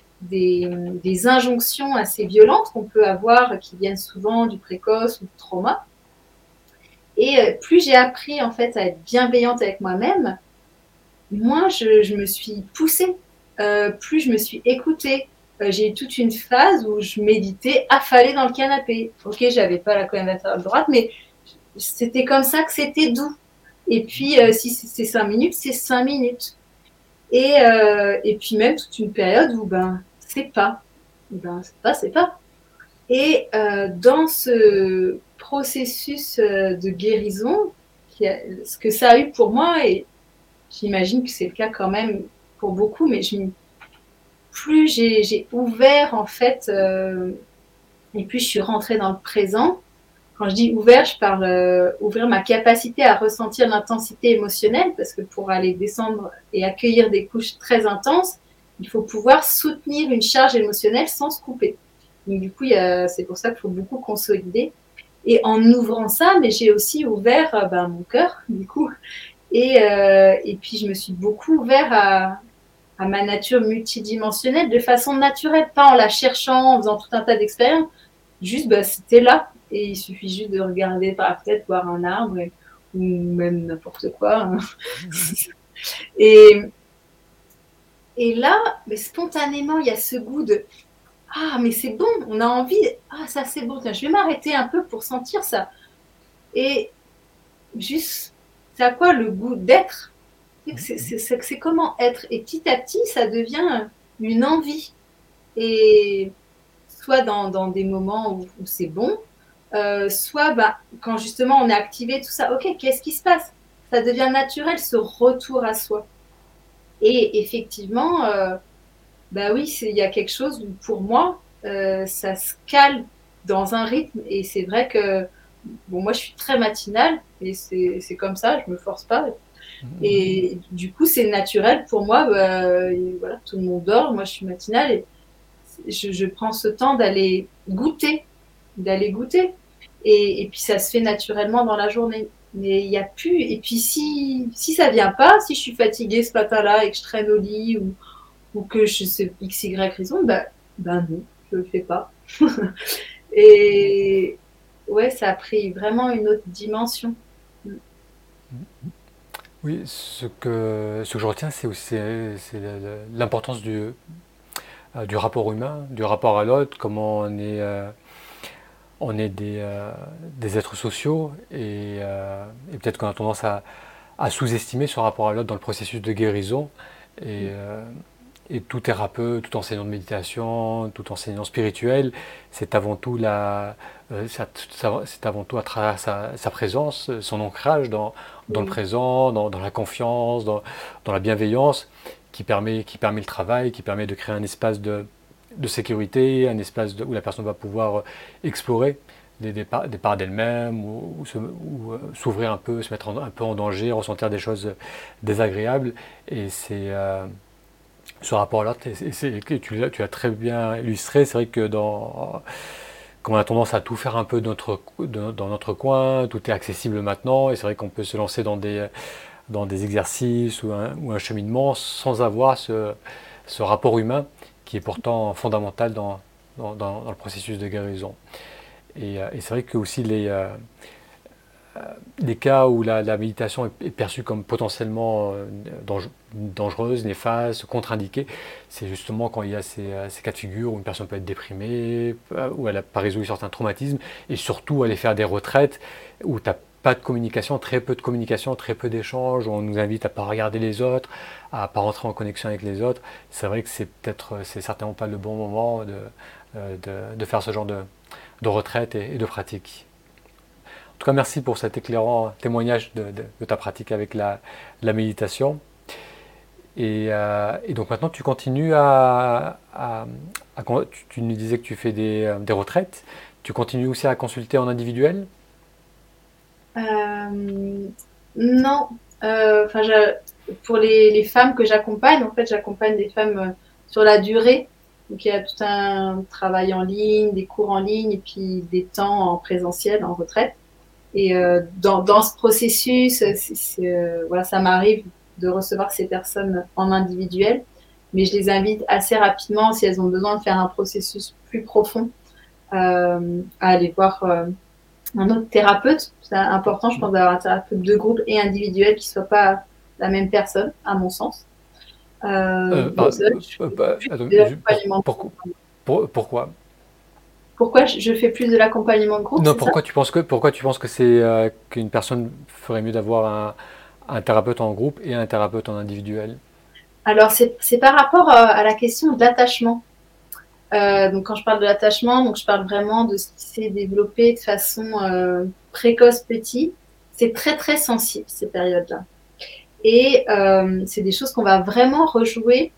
des injonctions assez violentes qu'on peut avoir qui viennent souvent du précoce ou du trauma. Et plus j'ai appris en fait à être bienveillante avec moi-même, moins je me suis poussée, plus je me suis écoutée. J'ai eu toute une phase où je méditais affalée dans le canapé. Ok, j'avais pas la colonne latérale droite, mais c'était comme ça que c'était doux. Et puis, si c'est 5 minutes, c'est 5 minutes. Et puis même toute une période où c'est pas. C'est pas. Et dans ce processus de guérison, ce que ça a eu pour moi, et j'imagine que c'est le cas quand même pour beaucoup, mais plus j'ai ouvert en fait, et puis je suis rentrée dans le présent. Quand je dis ouvert, je parle ouvrir ma capacité à ressentir l'intensité émotionnelle, parce que pour aller descendre et accueillir des couches très intenses, il faut pouvoir soutenir une charge émotionnelle sans se couper. Donc du coup, c'est pour ça qu'il faut beaucoup consolider. Et en ouvrant ça, mais j'ai aussi ouvert mon cœur, du coup. Et puis je me suis beaucoup ouvert à ma nature multidimensionnelle de façon naturelle, pas en la cherchant, en faisant tout un tas d'expériences. Juste, c'était là. Et il suffit juste de regarder par la fenêtre, voir un arbre, ou même n'importe quoi. Hein. Et là, mais spontanément, il y a ce goût de mais c'est bon, on a envie, ça c'est bon, tiens, je vais m'arrêter un peu pour sentir ça. Et juste, c'est à quoi le goût d'être? C'est comment être. Et petit à petit, ça devient une envie. Et soit dans des moments où c'est bon, soit quand justement on est activé, tout ça, ok, qu'est-ce qui se passe? Ça devient naturel, ce retour à soi. Et effectivement, oui, il y a quelque chose où pour moi, ça se cale dans un rythme. Et c'est vrai que, bon, moi je suis très matinale, et c'est comme ça, je me force pas. Et du coup, c'est naturel pour moi, voilà, tout le monde dort, moi je suis matinale, et je prends ce temps d'aller goûter. Et puis ça se fait naturellement dans la journée. Mais il n'y a plus. Et puis si ça vient pas, si je suis fatiguée ce matin-là et que je traîne au lit, ou que je sais X, Y raison, non, je le fais pas. Et ouais, ça a pris vraiment une autre dimension. Oui, ce que je retiens, c'est aussi l'importance du rapport humain, du rapport à l'autre, comment on est des êtres sociaux et peut-être qu'on a tendance à sous-estimer ce rapport à l'autre dans le processus de guérison. Et, euh, et tout thérapeute, tout enseignant de méditation, tout enseignant spirituel, c'est avant tout c'est avant tout à travers sa présence, son ancrage dans le Mm. présent, dans la confiance, dans la bienveillance, qui permet le travail, qui permet de créer un espace de sécurité, un espace où la personne va pouvoir explorer des parts d'elle-même ou s'ouvrir un peu, se mettre un peu en danger, ressentir des choses désagréables. Et c'est ce rapport-là, tu l'as très bien illustré. C'est vrai que comme on a tendance à tout faire un peu dans notre coin, tout est accessible maintenant, et c'est vrai qu'on peut se lancer dans des exercices ou un cheminement sans avoir ce rapport humain qui est pourtant fondamental dans le processus de guérison. Et c'est vrai que aussi les cas où la méditation est perçue comme potentiellement dangereuse, néfaste, contre-indiquée, c'est justement quand il y a ces cas de figure où une personne peut être déprimée, où elle n'a pas résolu certains traumatismes, et surtout aller faire des retraites où tu n'as pas de communication, très peu de communication, très peu d'échanges, où on nous invite à ne pas regarder les autres, à ne pas rentrer en connexion avec les autres. C'est vrai que c'est certainement pas le bon moment de faire ce genre de retraite et de pratique. En tout cas, merci pour cet éclairant témoignage de ta pratique avec la méditation. Et donc maintenant, tu continues tu nous disais que tu fais des retraites. Tu continues aussi à consulter en individuel. Euh, non, enfin, pour les femmes que j'accompagne, en fait, j'accompagne des femmes sur la durée. Donc, il y a tout un travail en ligne, des cours en ligne, et puis des temps en présentiel, en retraite. Et dans ce processus, voilà, ça m'arrive de recevoir ces personnes en individuel, mais je les invite assez rapidement, si elles ont besoin de faire un processus plus profond, à aller voir un autre thérapeute. C'est important, je pense, d'avoir un thérapeute de groupe et individuel qui ne soit pas la même personne, à mon sens. Donc, c'est vrai que je fais plus Attends, de l'accompagnement. pourquoi? Pourquoi je fais plus de l'accompagnement de groupe, Non, c'est ça? pourquoi tu penses que qu'une personne ferait mieux d'avoir un thérapeute en groupe et un thérapeute en individuel? Alors, c'est par rapport à la question de l'attachement. Donc, quand je parle de l'attachement, donc je parle vraiment de ce qui s'est développé de façon précoce, petit. C'est très, très sensible, ces périodes-là. Et c'est des choses qu'on va vraiment rejouer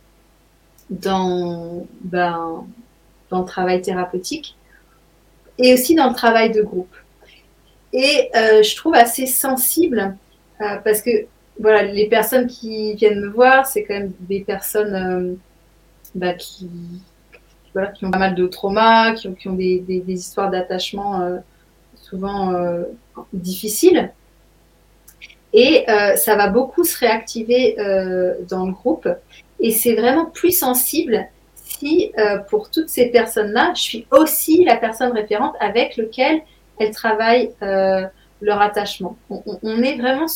dans le travail thérapeutique et aussi dans le travail de groupe. Et je trouve assez sensible parce que voilà, les personnes qui viennent me voir, c'est quand même des personnes qui, voilà, qui ont pas mal de traumas, qui ont des histoires d'attachement souvent difficiles. Et ça va beaucoup se réactiver dans le groupe. Et c'est vraiment plus sensible si, pour toutes ces personnes-là, je suis aussi la personne référente avec laquelle elles travaillent leur attachement. On est vraiment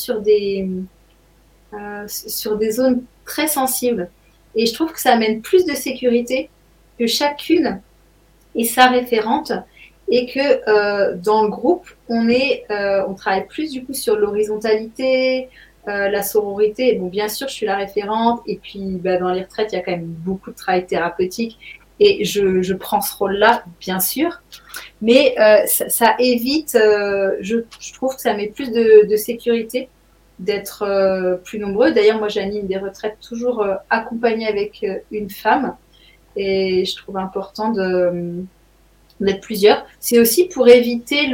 sur des zones très sensibles. Et je trouve que ça amène plus de sécurité que chacune est sa référente et que dans le groupe, on travaille plus du coup sur l'horizontalité, la sororité. Bon, bien sûr, je suis la référente et puis dans les retraites, il y a quand même beaucoup de travail thérapeutique Et je prends ce rôle-là, bien sûr, mais ça évite, je trouve que ça met plus de sécurité d'être plus nombreux. D'ailleurs, moi, j'anime des retraites toujours accompagnées avec une femme, et je trouve important d'être plusieurs. C'est aussi pour éviter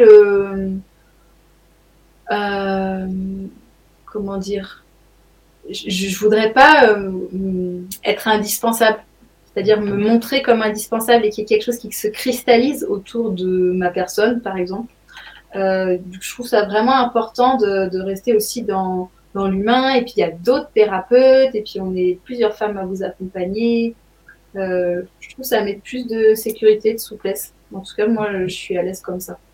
euh, comment dire, je voudrais pas être indispensable, c'est-à-dire me montrer comme indispensable et qu'il y ait quelque chose qui se cristallise autour de ma personne, par exemple. Je trouve ça vraiment important de rester aussi dans l'humain. Et puis il y a d'autres thérapeutes, et puis on est plusieurs femmes à vous accompagner. Je trouve que ça met plus de sécurité, de souplesse. En tout cas, moi, je suis à l'aise comme ça.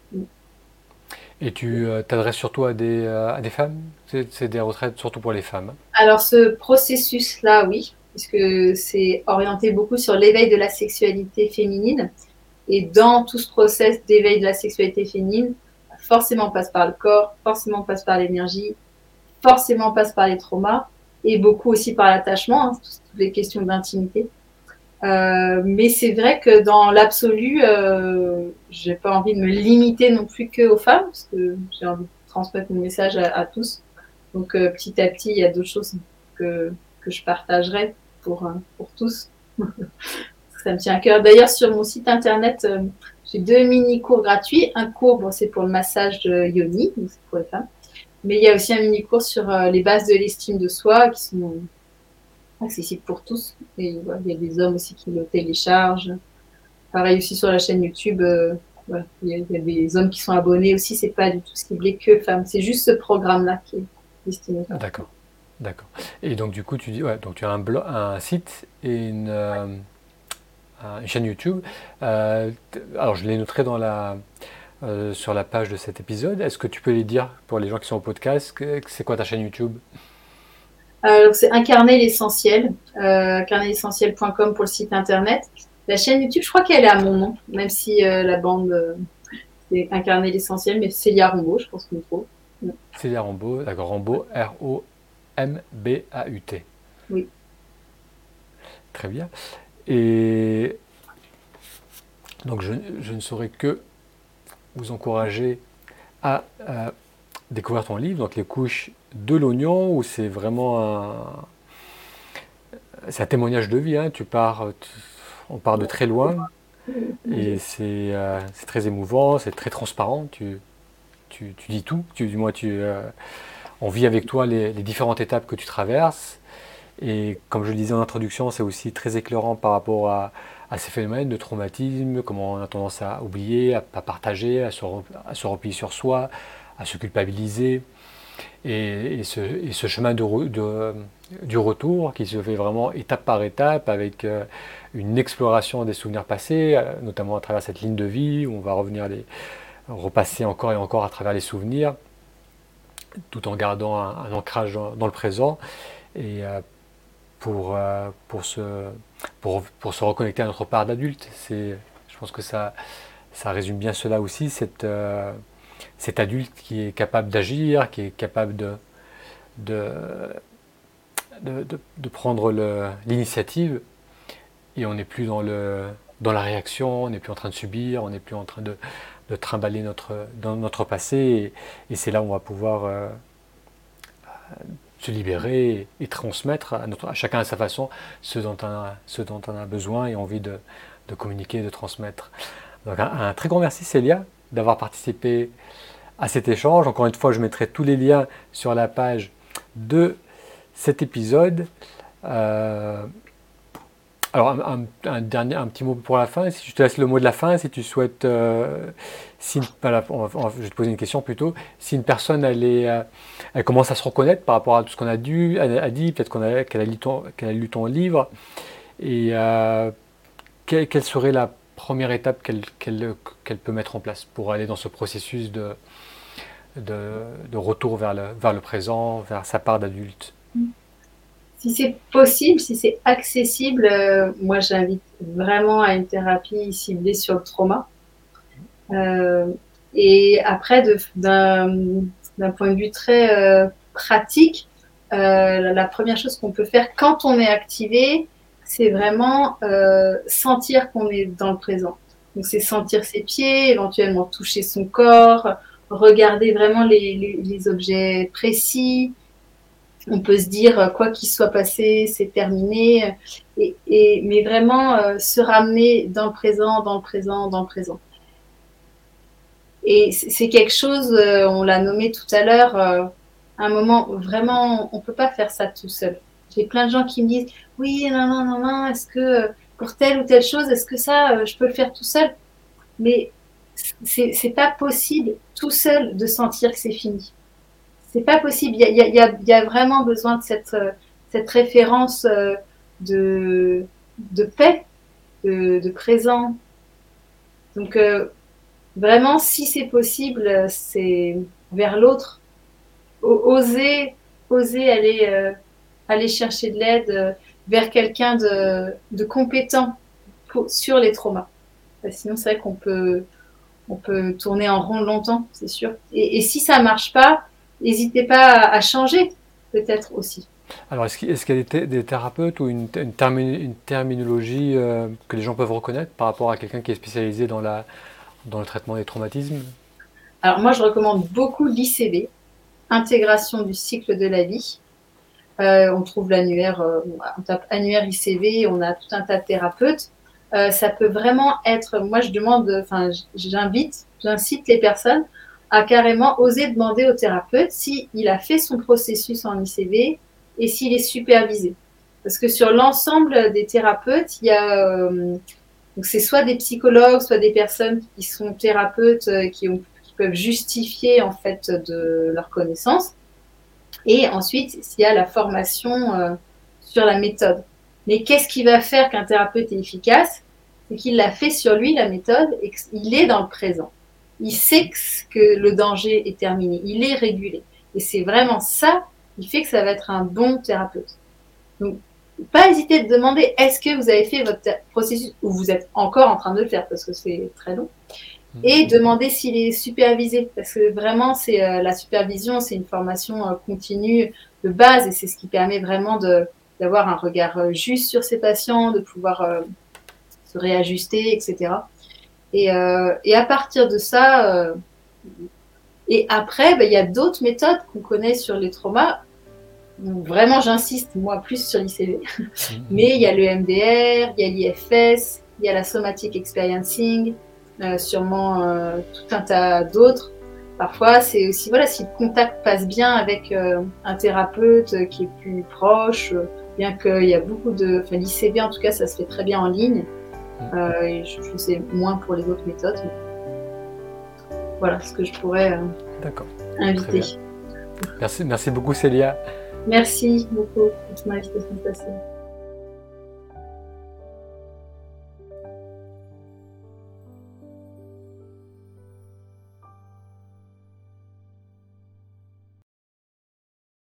Et tu t'adresses surtout à des femmes? C'est des retraites surtout pour les femmes, hein? Alors, ce processus-là, oui, puisque c'est orienté beaucoup sur l'éveil de la sexualité féminine. Et dans tout ce process d'éveil de la sexualité féminine, forcément on passe par le corps, forcément on passe par l'énergie, forcément on passe par les traumas, et beaucoup aussi par l'attachement, hein, toutes les questions d'intimité. Mais c'est vrai que dans l'absolu, j'ai pas envie de me limiter non plus que aux femmes, parce que j'ai envie de transmettre mon message à tous. Donc petit à petit, il y a d'autres choses que je partagerai pour tous. Ça me tient à cœur. D'ailleurs, sur mon site internet, j'ai 2 mini-cours gratuits. Un cours, bon, c'est pour le massage de yoni, donc c'est pour les femmes. Mais il y a aussi un mini-cours sur les bases de l'estime de soi qui sont accessibles pour tous. Et voilà, il y a des hommes aussi qui le téléchargent. Pareil aussi sur la chaîne YouTube. Voilà, il y a des hommes qui sont abonnés aussi. C'est pas du tout ciblé que femmes. C'est juste ce programme-là qui est destiné aux femmes. D'accord, d'accord. Et donc du coup, tu dis, ouais, donc tu as un site et une chaîne YouTube. Alors je les noterai sur la page de cet épisode. Est-ce que tu peux les dire pour les gens qui sont au podcast, c'est quoi ta chaîne YouTube? Donc c'est incarner l'essentiel, incarnerlessentiel.com pour le site internet. La chaîne YouTube, je crois qu'elle est à mon nom, même si la bande c'est incarner l'essentiel, mais Célia Rombaut, je pense qu'on trouve. Célia Rambaud, d'accord, Rambaud, Rombaut. Oui. Très bien. Et donc je ne saurais que vous encourager à découvrir ton livre, donc Les couches de l'oignon, où c'est vraiment c'est un témoignage de vie, hein. On part de très loin, et c'est très émouvant, c'est très transparent, tu dis tout, on vit avec toi les différentes étapes que tu traverses, et comme je le disais en introduction, c'est aussi très éclairant par rapport à ces phénomènes de traumatisme, comment on a tendance à oublier, à pas partager, à se replier sur soi, à se culpabiliser. Et ce chemin du retour qui se fait vraiment étape par étape avec une exploration des souvenirs passés, notamment à travers cette ligne de vie où on va repasser encore et encore à travers les souvenirs, tout en gardant un ancrage dans le présent. Et pour se reconnecter à notre part d'adulte. Je pense que ça résume bien cela aussi, cet adulte qui est capable d'agir, qui est capable de, de prendre l'initiative, et on n'est plus dans la réaction, on n'est plus en train de subir, on n'est plus en train de trimballer dans notre passé, et c'est là où on va pouvoir se libérer et transmettre à chacun à sa façon ce dont on a besoin et envie de communiquer, de transmettre. Donc un très grand merci Célia d'avoir participé à cet échange. Encore une fois, je mettrai tous les liens sur la page de cet épisode. Alors un petit mot pour la fin. Si je te laisse le mot de la fin, si tu souhaites, voilà, je vais te poser une question plutôt. Si une personne elle commence à se reconnaître par rapport à tout ce qu'on a dit, peut-être qu'elle a lu ton livre, et quelle serait la première étape qu'elle peut mettre en place pour aller dans ce processus de retour vers le présent, vers sa part d'adulte? Si c'est possible, si c'est accessible, moi j'invite vraiment à une thérapie ciblée sur le trauma. Et après, d'un point de vue très pratique, la première chose qu'on peut faire quand on est activé, c'est vraiment sentir qu'on est dans le présent. Donc c'est sentir ses pieds, éventuellement toucher son corps, regarder vraiment les objets précis. On peut se dire quoi qu'il soit passé, c'est terminé. Mais vraiment se ramener dans le présent, dans le présent, dans le présent. Et c'est quelque chose, on l'a nommé tout à l'heure, un moment vraiment, on ne peut pas faire ça tout seul. J'ai plein de gens qui me disent oui, non, non, non, non, est-ce que pour telle ou telle chose, est-ce que ça, je peux le faire tout seul? Mais c'est pas possible tout seul de sentir que c'est fini. C'est pas possible. Il y a vraiment besoin de cette référence de, de paix, de présent. Donc, vraiment, si c'est possible, c'est vers l'autre. Oser, oser aller chercher de l'aide vers quelqu'un de compétent sur les traumas. Sinon, c'est vrai on peut tourner en rond longtemps, c'est sûr. Et si ça ne marche pas, n'hésitez pas à changer, peut-être aussi. Alors, est-ce qu'il y a des thérapeutes ou une terminologie que les gens peuvent reconnaître par rapport à quelqu'un qui est spécialisé dans le traitement des traumatismes? Alors, moi, je recommande beaucoup l'ICV, intégration du cycle de la vie. On trouve l'annuaire, on tape annuaire ICV, on a tout un tas de thérapeutes. Ça peut vraiment être, moi je demande, enfin j'incite les personnes à carrément oser demander au thérapeute s'il a fait son processus en ICV et s'il est supervisé. Parce que sur l'ensemble des thérapeutes, il y a donc c'est soit des psychologues, soit des personnes qui sont thérapeutes qui peuvent justifier en fait de leur connaissance. Et ensuite, il y a la formation sur la méthode. Mais qu'est-ce qui va faire qu'un thérapeute est efficace? C'est qu'il l'a fait sur lui, la méthode, et qu'il est dans le présent. Il sait que le danger est terminé. Il est régulé. Et c'est vraiment ça qui fait que ça va être un bon thérapeute. Donc, pas hésiter de demander est-ce que vous avez fait votre processus ou vous êtes encore en train de le faire parce que c'est très long. Et demander s'il est supervisé, parce que vraiment, c'est la supervision, c'est une formation continue de base, et c'est ce qui permet vraiment d'avoir un regard juste sur ses patients, de pouvoir se réajuster, etc. Et à partir de ça, et après, il y a d'autres méthodes qu'on connaît sur les traumas. Vraiment, j'insiste, moi, plus sur l'ICV. Mais il y a le MDR, il y a l'IFS, il y a la Somatic Experiencing, sûrement tout un tas d'autres. Parfois, c'est aussi, voilà, si le contact passe bien avec un thérapeute qui est plus proche, bien qu'il y a beaucoup de... Enfin, l'ICV, en tout cas, ça se fait très bien en ligne. Et je sais moins pour les autres méthodes. Mais voilà ce que je pourrais inviter. Merci beaucoup Célia. Merci beaucoup pour ton invitation passée.